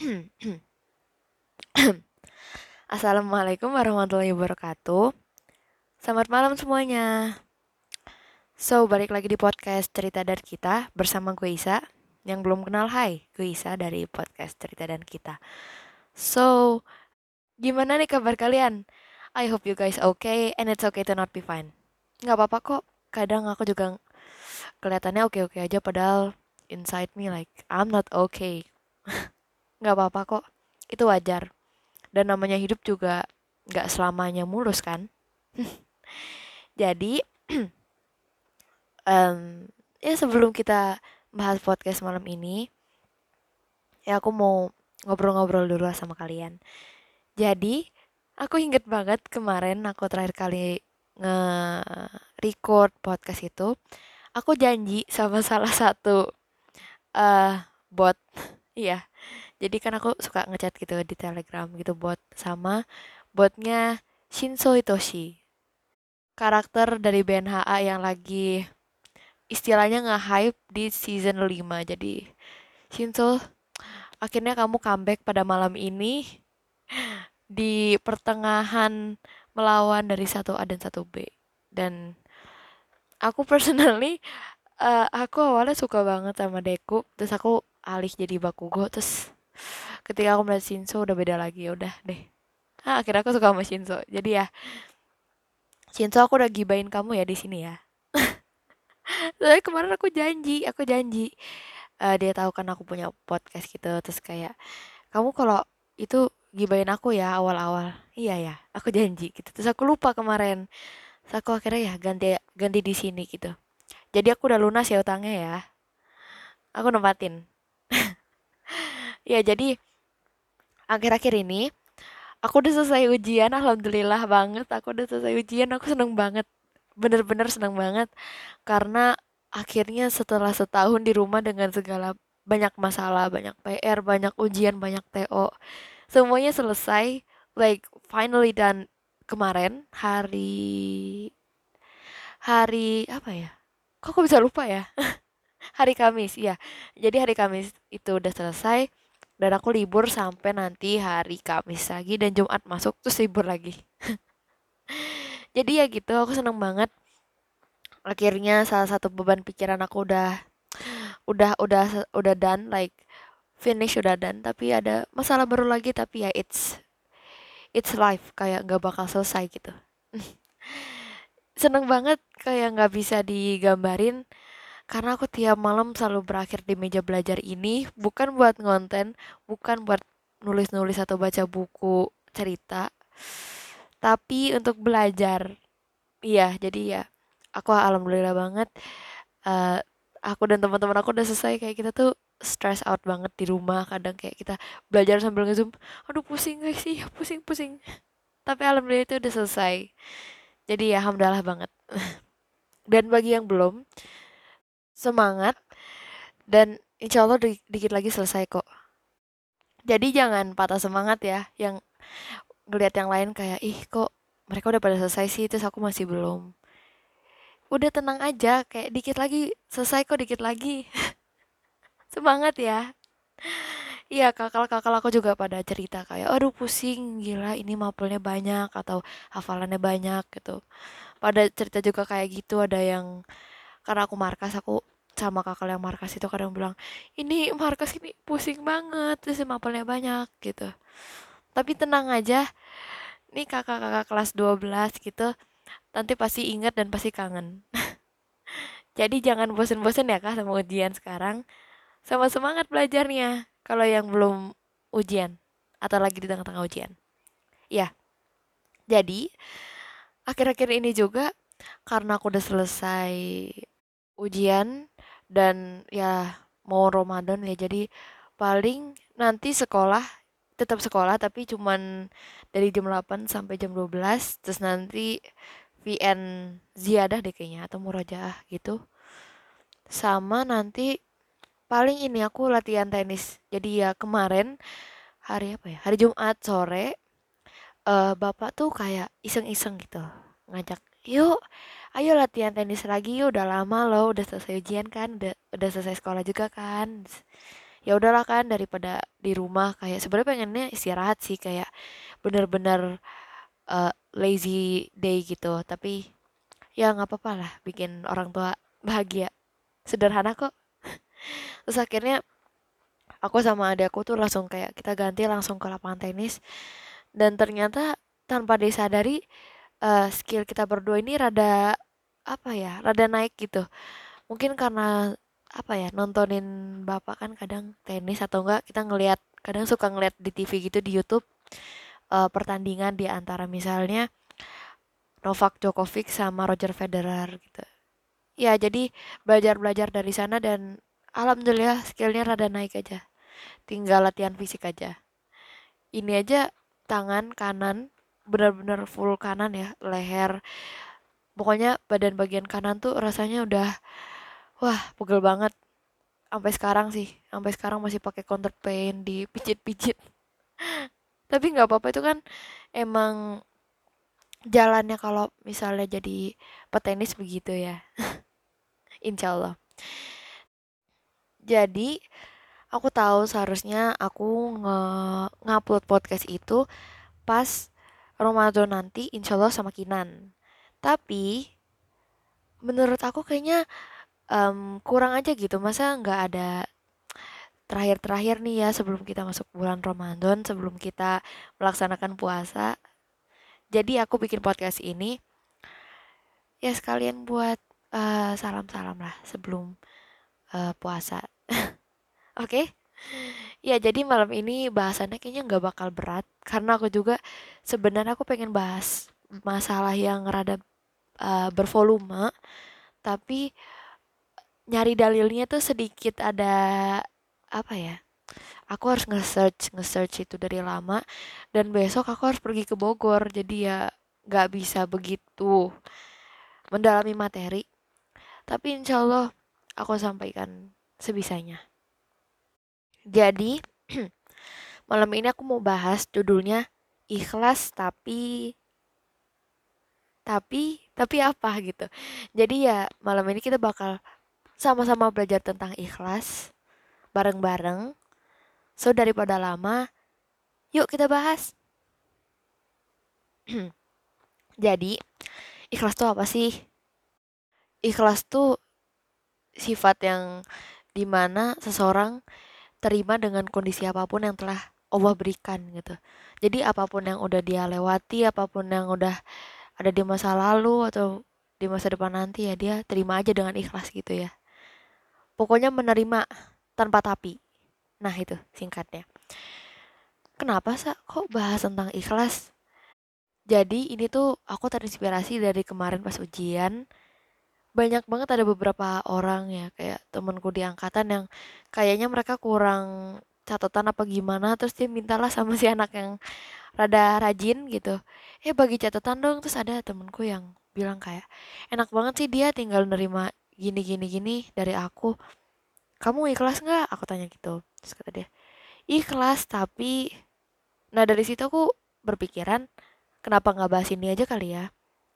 Assalamualaikum warahmatullahi wabarakatuh. Selamat malam semuanya. Balik lagi di podcast Cerita dan Kita bersama gue Isa. Yang belum kenal, hai, gue Isa dari podcast Cerita dan Kita. So, gimana nih kabar kalian? I hope you guys okay and it's okay to not be fine. Gak apa-apa kok. Kadang aku juga kelihatannya oke-oke aja padahal inside me like I'm not okay. Gak apa-apa kok. Itu wajar. Dan namanya hidup juga gak selamanya mulus kan? Jadi, ya sebelum kita bahas podcast malam ini, ya aku mau ngobrol-ngobrol dulu lah sama kalian. Jadi, aku inget banget kemarin aku terakhir kali nge-record podcast itu, aku janji sama salah satu bot. Iya, jadi kan aku suka ngechat gitu di Telegram gitu sama botnya Shinso Hitoshi. Karakter dari BNHA yang lagi istilahnya nge-hype di season 5. Jadi, Shinso, akhirnya kamu comeback pada malam ini di pertengahan melawan dari satu a dan satu b. Dan aku personally, aku awalnya suka banget sama Deku, terus aku alih jadi Bakugo, terus ketika aku melihat Shinso udah beda lagi, ya udah deh. Akhirnya aku suka sama Shinso. Jadi ya, Shinso aku udah gibain kamu ya di sini ya. Soalnya kemarin aku janji, dia tahu kan aku punya podcast gitu, terus kayak kamu kalau itu gibain aku ya awal-awal. Iya ya, aku janji gitu. Terus aku lupa kemarin. Terus aku akhirnya ya ganti ganti di sini gitu. Jadi aku udah lunas ya utangnya ya. Aku nempatin. Ya jadi akhir-akhir ini aku udah selesai ujian, alhamdulillah banget. Aku udah selesai ujian, aku seneng banget. Bener-bener seneng banget karena akhirnya setelah setahun di rumah dengan segala banyak masalah, banyak PR, banyak ujian, banyak TO, semuanya selesai, like finally done kemarin hari hari apa ya? Kok aku bisa lupa ya? Hari Kamis, ya. Jadi hari Kamis itu udah selesai dan aku libur sampai nanti hari Kamis lagi dan Jumat masuk terus libur lagi. Jadi ya gitu, aku seneng banget. Akhirnya salah satu beban pikiran aku udah done, like finish udah done. Tapi ada masalah baru lagi, tapi ya it's life, kayak nggak bakal selesai gitu. Seneng banget, kayak nggak bisa digambarin karena aku tiap malam selalu berakhir di meja belajar ini bukan buat ngonten, bukan buat nulis-nulis atau baca buku cerita, tapi untuk belajar. Iya, jadi ya aku alhamdulillah banget, eh, aku dan teman-teman aku udah selesai. Kayak kita tuh stress out banget di rumah, kadang kayak kita belajar sambil ngezoom, aduh pusing guys sih, pusing-pusing. Tapi alhamdulillah itu udah selesai. Jadi ya alhamdulillah banget. Dan bagi yang belum, semangat, dan insya Allah dikit lagi selesai kok. Jadi jangan patah semangat ya, yang ngelihat yang lain kayak ih kok mereka udah pada selesai sih terus aku masih belum. Udah tenang aja, kayak dikit lagi selesai kok, dikit lagi. Semangat ya. Iya, kakak-kakak aku juga pada cerita kayak aduh pusing gila ini mapelnya banyak atau hafalannya banyak gitu. Pada cerita juga kayak gitu, ada yang karena aku markas, aku sama kakak yang markas itu kadang bilang ini markas ini pusing banget terus mapelnya banyak gitu. Tapi tenang aja, nih kakak-kakak kelas 12 gitu nanti pasti ingat dan pasti kangen. Jadi jangan bosen-bosen ya kak sama ujian sekarang, sama semangat belajarnya kalau yang belum ujian atau lagi di tengah-tengah ujian. Ya, jadi akhir-akhir ini juga karena aku udah selesai ujian dan ya mau Ramadan ya, jadi paling nanti sekolah, tetap sekolah tapi cuman dari jam 8 sampai jam 12, terus nanti VN ziyadah deh kayaknya atau murojaah gitu. Sama nanti paling ini aku latihan tenis. Jadi ya kemarin hari apa ya? Hari Jumat sore, bapak tuh kayak iseng-iseng gitu ngajak, yuk ayo latihan tenis lagi yuk, udah lama loh, udah selesai ujian kan, udah selesai sekolah juga kan. ya udahlah kan daripada di rumah, kayak sebenarnya pengennya istirahat sih, kayak bener-bener lazy day gitu, tapi ya nggak apa-apa lah bikin orang tua bahagia, sederhana kok. Terus akhirnya aku sama adekku tuh langsung kayak kita ganti langsung ke lapangan tenis, dan ternyata tanpa disadari skill kita berdua ini rada apa ya, rada naik gitu. Mungkin karena apa ya, nontonin bapak kan kadang tenis, atau enggak kita ngelihat, kadang suka ngeliat di TV gitu, di YouTube, pertandingan di antara misalnya Novak Djokovic sama Roger Federer gitu. Ya jadi belajar-belajar dari sana, dan alhamdulillah skillnya rada naik aja. Tinggal latihan fisik aja. Ini aja tangan kanan benar-benar full kanan ya, leher. Pokoknya badan bagian kanan tuh rasanya udah wah, pegel banget. Sampai sekarang sih, sampai sekarang masih pakai counter pain, dipijit-pijit. Tapi nggak apa-apa, itu kan emang jalannya kalau misalnya jadi petenis begitu ya. Insya Allah. Jadi aku tahu seharusnya aku ngupload podcast itu pas Ramadan nanti, insya Allah sama Kinan. Tapi menurut aku kayaknya kurang aja gitu. Masa nggak ada terakhir-terakhir nih ya, sebelum kita masuk bulan Ramadan, sebelum kita melaksanakan puasa. Jadi aku bikin podcast ini ya sekalian buat salam-salam lah sebelum puasa. Oke? Ya, jadi malam ini bahasannya kayaknya nggak bakal berat, karena aku juga sebenarnya aku pengen bahas masalah yang rada bervolume, tapi nyari dalilnya tuh sedikit ada apa ya? Aku harus nge-search itu dari lama, dan besok aku harus pergi ke Bogor, jadi ya nggak bisa begitu mendalami materi. Tapi insya Allah aku sampaikan sebisanya. Jadi malam ini aku mau bahas judulnya ikhlas, tapi apa gitu. Jadi ya malam ini kita bakal sama-sama belajar tentang ikhlas bareng-bareng. So daripada lama, yuk kita bahas. Jadi ikhlas tuh apa sih? Ikhlas tuh sifat yang dimana seseorang terima dengan kondisi apapun yang telah Allah berikan gitu. Jadi apapun yang udah dia lewati, apapun yang udah ada di masa lalu atau di masa depan nanti, ya dia terima aja dengan ikhlas gitu ya. Pokoknya menerima tanpa tapi. Nah itu singkatnya. Kenapa sih kok bahas tentang ikhlas? Jadi ini tuh aku terinspirasi dari kemarin pas ujian. Banyak banget ada beberapa orang ya, kayak temenku di angkatan yang kayaknya mereka kurang catatan apa gimana, terus dia mintalah sama si anak yang rada rajin gitu, bagi catatan dong. Terus ada temenku yang bilang kayak enak banget sih dia tinggal nerima gini gini gini dari aku, kamu ikhlas nggak, aku tanya gitu. Terus kata dia ikhlas, tapi nah dari situ aku berpikiran kenapa nggak bahas ini aja kali ya.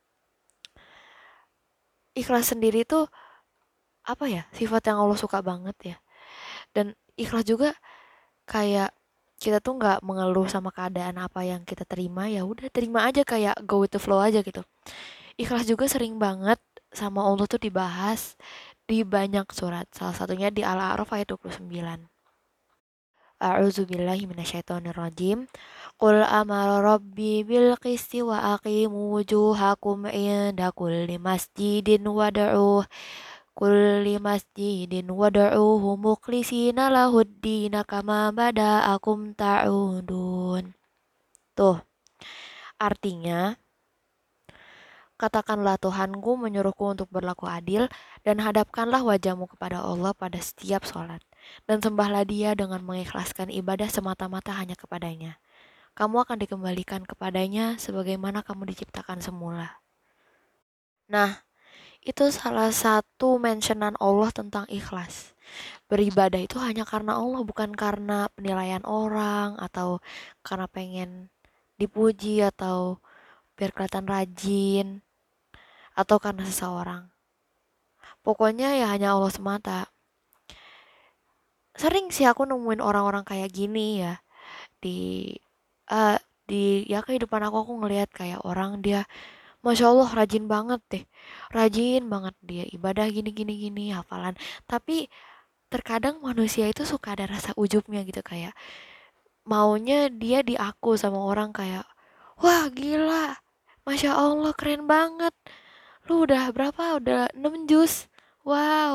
Ikhlas sendiri tuh apa ya, sifat yang Allah suka banget ya. Dan ikhlas juga kayak kita tuh nggak mengeluh sama keadaan apa yang kita terima, ya udah terima aja, kayak go with the flow aja gitu. Ikhlas juga sering banget sama Allah tuh dibahas di banyak surat, salah satunya di Al-A'raf ayat 29. A'udzu billahi minasyaitonir rajim. Qul amara rabbi bil qisti wa aqimu wujuhakum inda kulli masjidin wad'uh kulli masjidin wad'uhu mukhlisina lahuddin kama bada'akum ta'udun. Tuh, artinya katakanlah Tuhanku menyuruhku untuk berlaku adil, dan hadapkanlah wajahmu kepada Allah pada setiap sholat. Dan sembahlah dia dengan mengikhlaskan ibadah semata-mata hanya kepadanya. Kamu akan dikembalikan kepadanya sebagaimana kamu diciptakan semula. Nah, itu salah satu mentionan Allah tentang ikhlas. Beribadah itu hanya karena Allah, bukan karena penilaian orang, atau karena pengen dipuji, atau biar kelihatan rajin, atau karena seseorang. Pokoknya ya hanya Allah semata. sering sih aku nemuin orang-orang kayak gini ya di eh di ya kehidupan aku ngelihat kayak orang dia Masya Allah rajin banget deh, rajin banget dia ibadah gini gini gini hafalan, tapi terkadang manusia itu suka ada rasa ujubnya gitu, kayak maunya dia diaku sama orang kayak, wah gila, Masya Allah keren banget, lu udah berapa, udah 6 juz, wow.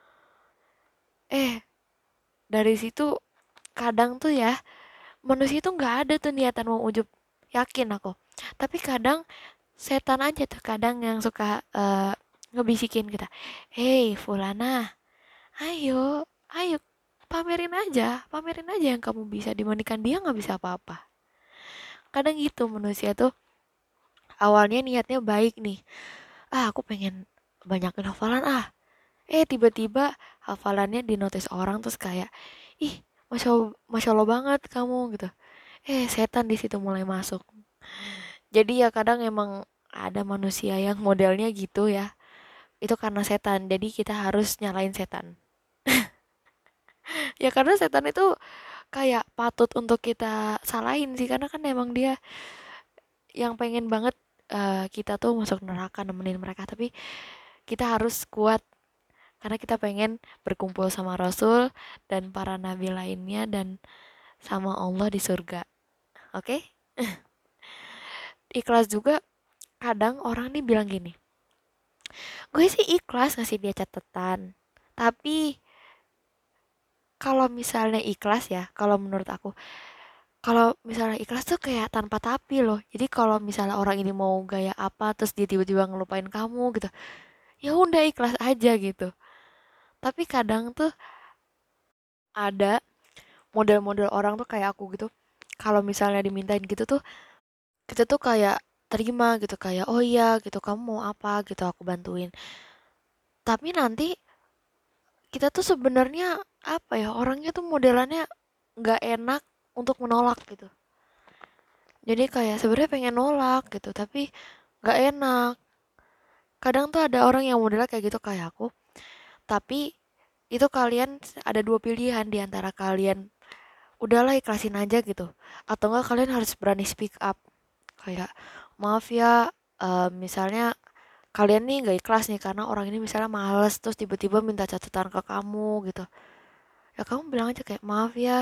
Dari situ kadang tuh ya, manusia tuh nggak ada tuh niatan mau ujub, yakin aku. Tapi kadang setan aja tuh kadang yang suka ngebisikin kita, hei Fulana, ayo, ayo, pamerin aja yang kamu bisa, dibandingkan dia nggak bisa apa-apa. Kadang gitu manusia tuh awalnya niatnya baik nih, aku pengen banyakin hafalan tiba-tiba hafalannya dinotis orang terus kayak, ih, masya Allah banget kamu gitu. Setan di situ mulai masuk. Jadi ya kadang emang ada manusia yang modelnya gitu ya. Itu karena setan. Jadi kita harus nyalain setan. Ya karena setan itu kayak patut untuk kita salahin sih, karena kan emang dia yang pengen banget kita tuh masuk neraka nemenin mereka, tapi kita harus kuat karena kita pengen berkumpul sama Rasul dan para nabi lainnya dan sama Allah di surga. Oke? Ikhlas juga, kadang orang nih bilang gini, gue sih ikhlas ngasih dia catatan, tapi kalau misalnya ikhlas ya, kalau menurut aku, kalau misalnya ikhlas tuh kayak tanpa tapi loh. Jadi kalau misalnya orang ini mau gaya apa terus dia tiba-tiba ngelupain kamu gitu, ya udah ikhlas aja gitu. Tapi kadang tuh ada model-model orang tuh kayak aku gitu, kalau misalnya dimintain gitu tuh kita tuh kayak terima gitu, kayak oh iya gitu, kamu mau apa gitu aku bantuin. Tapi nanti kita tuh sebenarnya apa ya, orangnya tuh modelannya nggak enak untuk menolak gitu. Jadi kayak sebenarnya pengen nolak gitu, tapi nggak enak. Kadang tuh ada orang yang modelnya kayak gitu kayak aku. Tapi itu kalian ada dua pilihan di antara kalian udahlah ikhlasin aja gitu, atau enggak kalian harus berani speak up. Kayak maaf ya, misalnya kalian nih nggak ikhlas nih karena orang ini misalnya males terus tiba-tiba minta catatan ke kamu gitu, ya kamu bilang aja kayak maaf ya,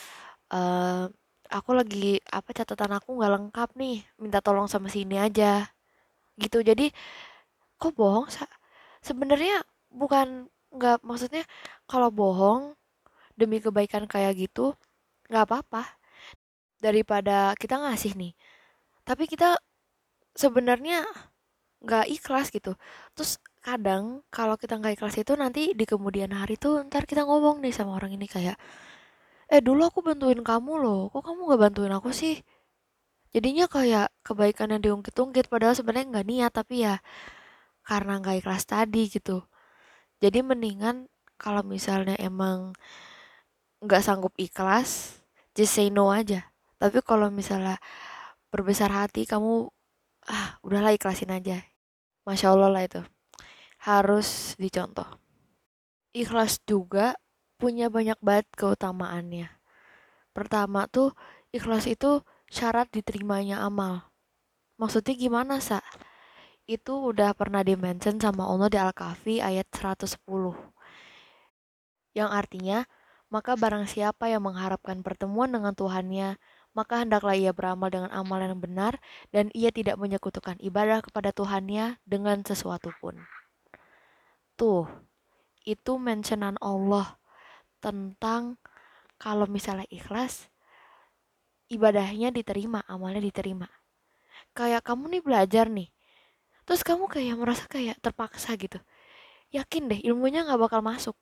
eh aku lagi apa, catatan aku nggak lengkap nih, minta tolong sama sini aja gitu. Jadi kok bohong sebenarnya, bukan, nggak maksudnya, kalau bohong demi kebaikan kayak gitu nggak apa-apa, daripada kita ngasih nih tapi kita sebenarnya nggak ikhlas gitu. Terus kadang kalau kita nggak ikhlas itu nanti di kemudian hari tuh ntar kita ngomong nih sama orang ini kayak, dulu aku bantuin kamu loh, kok kamu nggak bantuin aku sih. Jadinya kayak kebaikan yang diungkit-ungkit padahal sebenarnya nggak niat, tapi ya karena nggak ikhlas tadi gitu. Jadi mendingan kalau misalnya emang nggak sanggup ikhlas, just say no aja. Tapi kalau misalnya berbesar hati, kamu udahlah ikhlasin aja. Masya Allah lah itu. Harus dicontoh. Ikhlas juga punya banyak banget keutamaannya. Pertama tuh, ikhlas itu syarat diterimanya amal. Maksudnya gimana, Sa? Itu udah pernah di-mention sama Allah di Al-Kahfi ayat 110. Yang artinya, maka barang siapa yang mengharapkan pertemuan dengan Tuhannya, maka hendaklah ia beramal dengan amal yang benar dan ia tidak menyekutukan ibadah kepada Tuhannya dengan sesuatu pun. Tuh, itu mentionan Allah tentang kalau misalnya ikhlas, ibadahnya diterima, amalnya diterima. Kayak kamu nih belajar nih, terus kamu kayak merasa kayak terpaksa gitu. Yakin deh ilmunya nggak bakal masuk.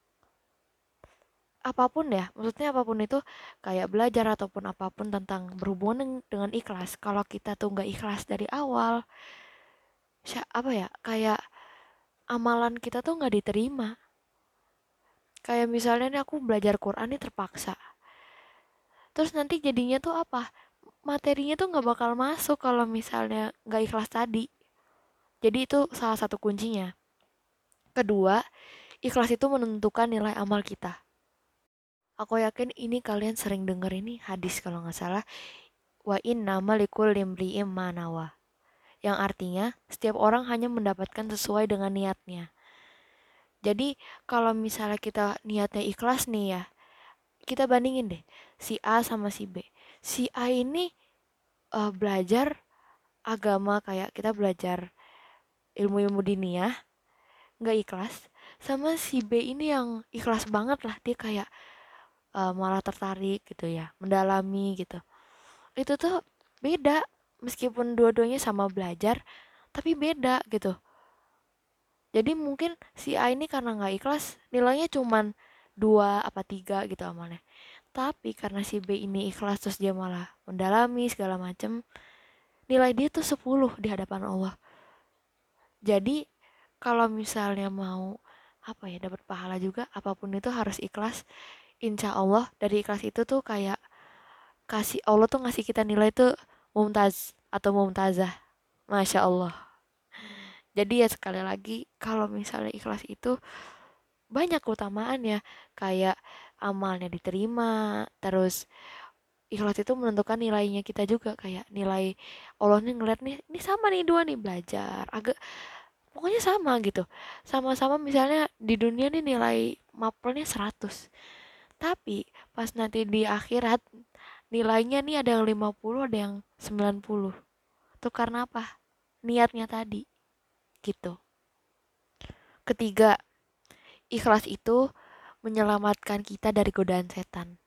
Apapun ya, maksudnya apapun itu, kayak belajar ataupun apapun tentang berhubungan dengan ikhlas. Kalau kita tuh nggak ikhlas dari awal, apa ya, kayak amalan kita tuh nggak diterima. Kayak misalnya nih aku belajar Quran nih terpaksa. Terus nanti jadinya tuh apa? Materinya tuh nggak bakal masuk kalau misalnya nggak ikhlas tadi. Jadi itu salah satu kuncinya. Kedua, ikhlas itu menentukan nilai amal kita. Aku yakin ini kalian sering denger ini hadis kalau nggak salah. Wa innamal likulli imri'in ma nawa. Yang artinya setiap orang hanya mendapatkan sesuai dengan niatnya. Jadi kalau misalnya kita niatnya ikhlas nih ya, kita bandingin deh si A sama si B. Si A ini belajar agama kayak kita belajar ilmu-ilmu diniyah, nggak ikhlas. Sama si B ini yang ikhlas banget lah, dia kayak malah tertarik gitu ya, mendalami gitu. Itu tuh beda, meskipun dua-duanya sama belajar, tapi beda gitu. Jadi mungkin si A ini karena nggak ikhlas, nilainya cuman 2 apa 3 gitu amalnya. Tapi karena si B ini ikhlas terus dia malah mendalami segala macem, nilai dia tuh 10 di hadapan Allah. Jadi kalau misalnya mau apa ya dapat pahala juga, apapun itu harus ikhlas. Insya Allah dari ikhlas itu tuh kayak kasih Allah tuh ngasih kita nilai tuh mumtaz atau mumtazah. Masya Allah. Jadi ya sekali lagi kalau misalnya ikhlas itu banyak keutamaannya, kayak amalnya diterima, terus ikhlas itu menentukan nilainya kita juga, kayak nilai Allah nih ngeliat nih ini sama nih dua nih belajar agak pokoknya sama gitu, sama-sama misalnya di dunia nih nilai mapelnya 100, tapi pas nanti di akhirat nilainya nih ada yang 50 ada yang 90. Itu karena apa? Niatnya tadi gitu. Ketiga, ikhlas itu menyelamatkan kita dari godaan setan.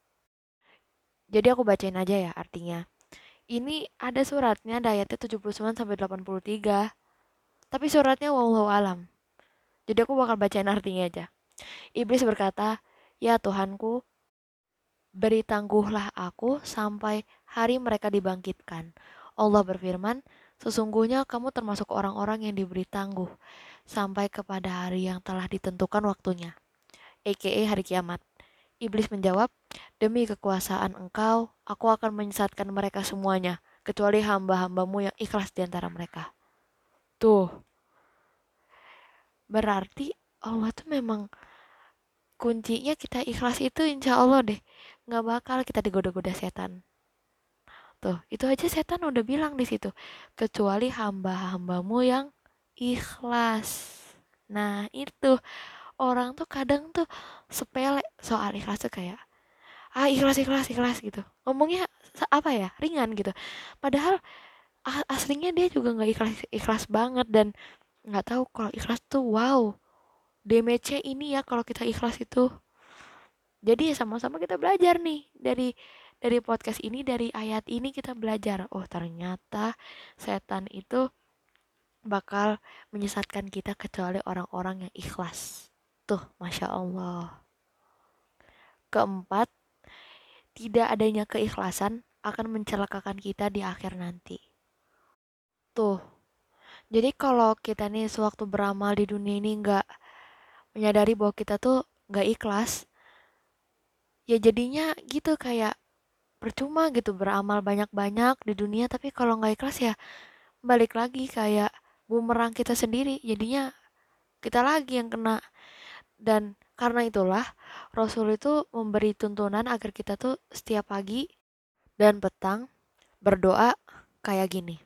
Jadi aku bacain aja ya artinya. Ini ada suratnya, ada ayatnya 79 sampai 83. Tapi suratnya wallahu alam. Jadi aku bakal bacain artinya aja. Iblis berkata, "Ya Tuhanku, beri tangguhlah aku sampai hari mereka dibangkitkan." Allah berfirman, "Sesungguhnya kamu termasuk orang-orang yang diberi tangguh sampai kepada hari yang telah ditentukan waktunya, aka hari kiamat." Iblis menjawab, "Demi kekuasaan engkau, aku akan menyesatkan mereka semuanya, kecuali hamba-hambamu yang ikhlas di antara mereka." Tuh, berarti Allah tuh memang kuncinya kita ikhlas itu insya Allah deh. Nggak bakal kita digoda-goda setan. Tuh, itu aja setan udah bilang di situ. Kecuali hamba-hambamu yang ikhlas. Nah, itu orang tuh kadang tuh sepele soal ikhlas tuh kayak ikhlas ikhlas ikhlas gitu ngomongnya apa ya ringan gitu, padahal aslinya dia juga nggak ikhlas ikhlas banget, dan nggak tahu kalau ikhlas tuh wow damage-nya ini ya kalau kita ikhlas itu. Jadi ya sama-sama kita belajar nih dari podcast ini, dari ayat ini kita belajar, oh ternyata setan itu bakal menyesatkan kita kecuali orang-orang yang ikhlas. Tuh, masya Allah. Keempat, tidak adanya keikhlasan akan mencelakakan kita di akhir nanti. Tuh, jadi kalau kita nih sewaktu beramal di dunia ini nggak menyadari bahwa kita tuh nggak ikhlas, ya jadinya gitu kayak percuma gitu beramal banyak-banyak di dunia, tapi kalau nggak ikhlas ya balik lagi kayak bumerang kita sendiri, jadinya kita lagi yang kena. Dan karena itulah Rasul itu memberi tuntunan agar kita tuh setiap pagi dan petang berdoa kayak gini.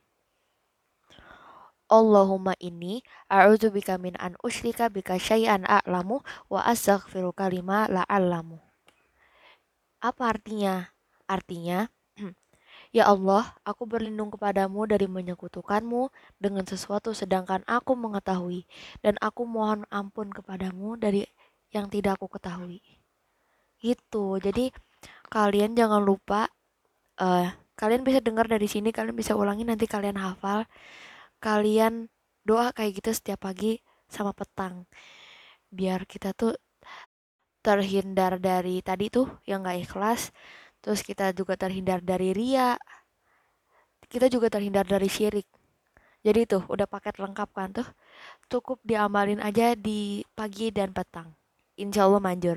Allahumma inni a'udzubika min an usyrika bika syai'an a'lamu wa astaghfiruka lima la'allamu. Apa artinya? Artinya, ya Allah, aku berlindung kepadamu dari menyekutukanmu dengan sesuatu sedangkan aku mengetahui, dan aku mohon ampun kepadamu dari yang tidak aku ketahui. Gitu. Jadi kalian jangan lupa, kalian bisa dengar dari sini, kalian bisa ulangi nanti kalian hafal. Kalian doa kayak gitu setiap pagi sama petang. Biar kita tuh terhindar dari tadi tuh yang gak ikhlas. Terus kita juga terhindar dari ria. Kita juga terhindar dari syirik. Jadi tuh udah paket lengkap kan tuh. Cukup diamalin aja di pagi dan petang. Insya Allah manjur.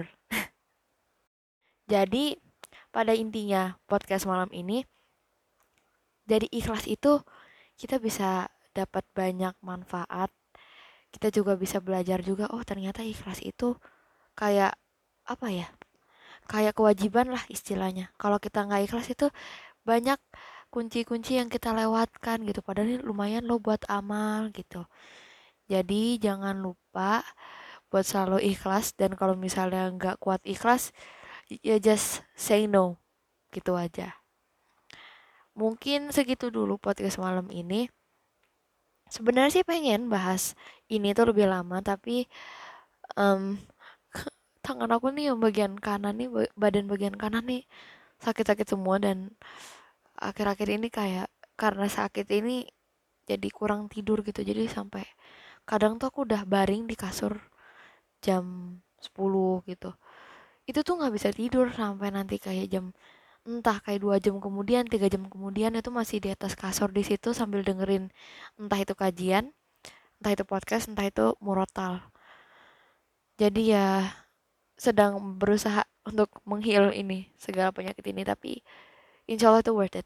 Jadi pada intinya podcast malam ini, dari ikhlas itu kita bisa dapat banyak manfaat. Kita juga bisa belajar juga, oh ternyata ikhlas itu kayak apa ya? kayak kewajiban lah istilahnya. Kalau kita nggak ikhlas itu banyak kunci-kunci yang kita lewatkan gitu. Padahal ini lumayan loh buat amal gitu. Jadi jangan lupa buat selalu ikhlas, dan kalau misalnya nggak kuat ikhlas, ya just say no gitu aja. Mungkin segitu dulu podcast malam ini. Sebenarnya sih pengen bahas ini tuh lebih lama, tapi em, tangan aku nih yang bagian kanan nih, badan bagian kanan nih sakit-sakit semua, dan akhir-akhir ini kayak karena sakit ini jadi kurang tidur gitu. Jadi sampai kadang tuh aku udah baring di kasur jam 10 gitu. Itu tuh nggak bisa tidur sampai nanti kayak jam, entah kayak 2 jam kemudian, 3 jam kemudian itu masih di atas kasur di situ sambil dengerin entah itu kajian, entah itu podcast, entah itu murotal. Jadi ya sedang berusaha untuk menghil ini segala penyakit ini, tapi insya Allah itu worth it.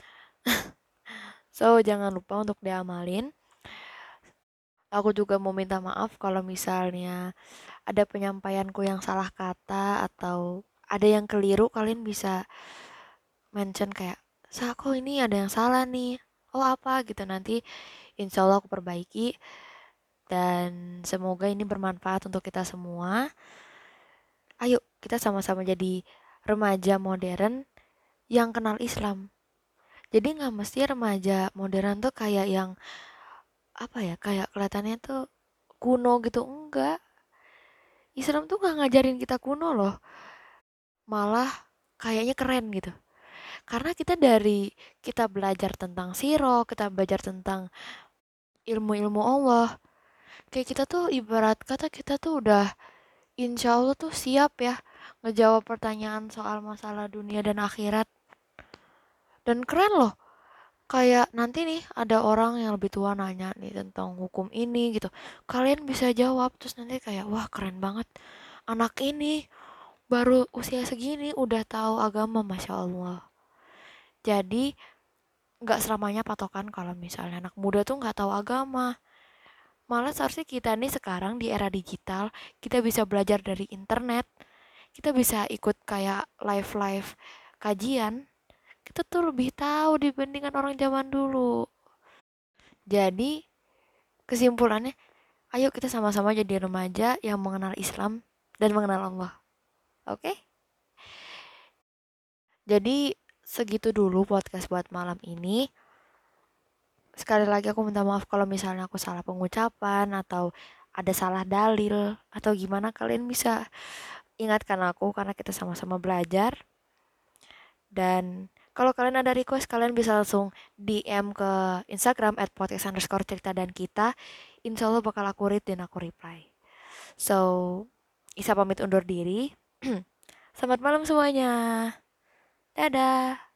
So jangan lupa untuk diamalin. Aku juga mau minta maaf kalau misalnya ada penyampaianku yang salah kata atau ada yang keliru. Kalian bisa mention kayak, "Sa, kok ini ada yang salah nih, oh apa gitu." Nanti insya Allah aku perbaiki, dan semoga ini bermanfaat untuk kita semua. Ayo kita sama-sama jadi remaja modern yang kenal Islam. Jadi nggak mesti remaja modern tuh kayak yang apa ya, kayak kelihatannya tuh kuno gitu. Enggak, Islam tuh nggak ngajarin kita kuno loh, malah kayaknya keren gitu. Karena kita dari kita belajar tentang siro, kita belajar tentang ilmu-ilmu Allah. Kayak kita tuh ibarat kata kita tuh udah insya Allah tuh siap ya ngejawab pertanyaan soal masalah dunia dan akhirat. Dan keren loh, kayak nanti nih ada orang yang lebih tua nanya nih tentang hukum ini gitu. Kalian bisa jawab, terus nanti kayak wah keren banget. Anak ini baru usia segini udah tahu agama, Masya Allah. Jadi nggak selamanya patokan kalau misalnya anak muda tuh nggak tahu agama. Malah seharusnya kita nih sekarang di era digital, kita bisa belajar dari internet, kita bisa ikut kayak live-live kajian, kita tuh lebih tahu dibandingkan orang zaman dulu. Jadi kesimpulannya, ayo kita sama-sama jadi remaja yang mengenal Islam dan mengenal Allah. Oke? Okay? Jadi segitu dulu podcast buat malam ini. Sekali lagi aku minta maaf kalau misalnya aku salah pengucapan atau ada salah dalil atau gimana. Kalian bisa ingatkan aku karena kita sama-sama belajar. Dan kalau kalian ada request, kalian bisa langsung DM ke Instagram @podcast_cerita dan kita. Insya Allah bakal aku read dan aku reply. So, Isa pamit undur diri. Selamat malam semuanya. Dadah.